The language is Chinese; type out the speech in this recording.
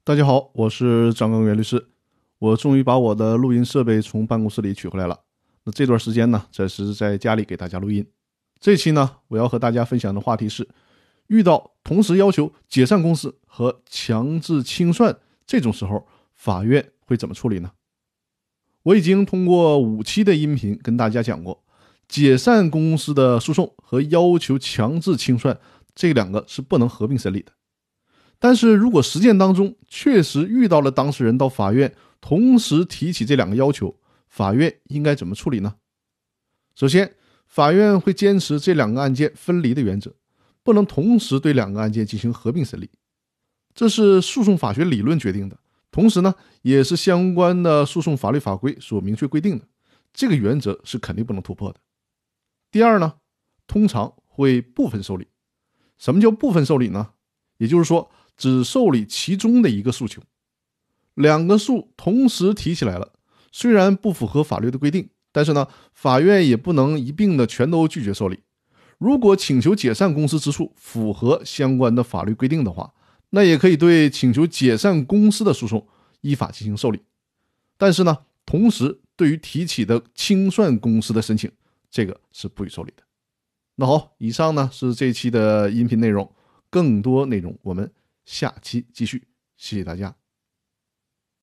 大家好，我是张根源律师。我终于把我的录音设备从办公室里取回来了。那这段时间呢，暂时在家里给大家录音。这期呢，我要和大家分享的话题是：遇到同时要求解散公司和强制清算这种时候，法院会怎么处理呢？我已经通过5期的音频跟大家讲过，解散公司的诉讼和要求强制清算这两个是不能合并审理的。但是如果实践当中确实遇到了当事人到法院同时提起这两个要求，法院应该怎么处理呢？首先，法院会坚持这两个案件分离的原则，不能同时对两个案件进行合并审理。这是诉讼法学理论决定的，同时呢，也是相关的诉讼法律法规所明确规定的，这个原则是肯定不能突破的。第二呢，通常会部分受理。什么叫部分受理呢？也就是说，只受理其中的一个诉求。两个诉同时提起来了，虽然不符合法律的规定，但是呢，法院也不能一并的全都拒绝受理。如果请求解散公司之诉符合相关的法律规定的话，那也可以对请求解散公司的诉讼依法进行受理。但是呢，同时对于提起的清算公司的申请，这个是不予受理的。那好，以上呢是这期的音频内容，更多内容我们下期继续，谢谢大家。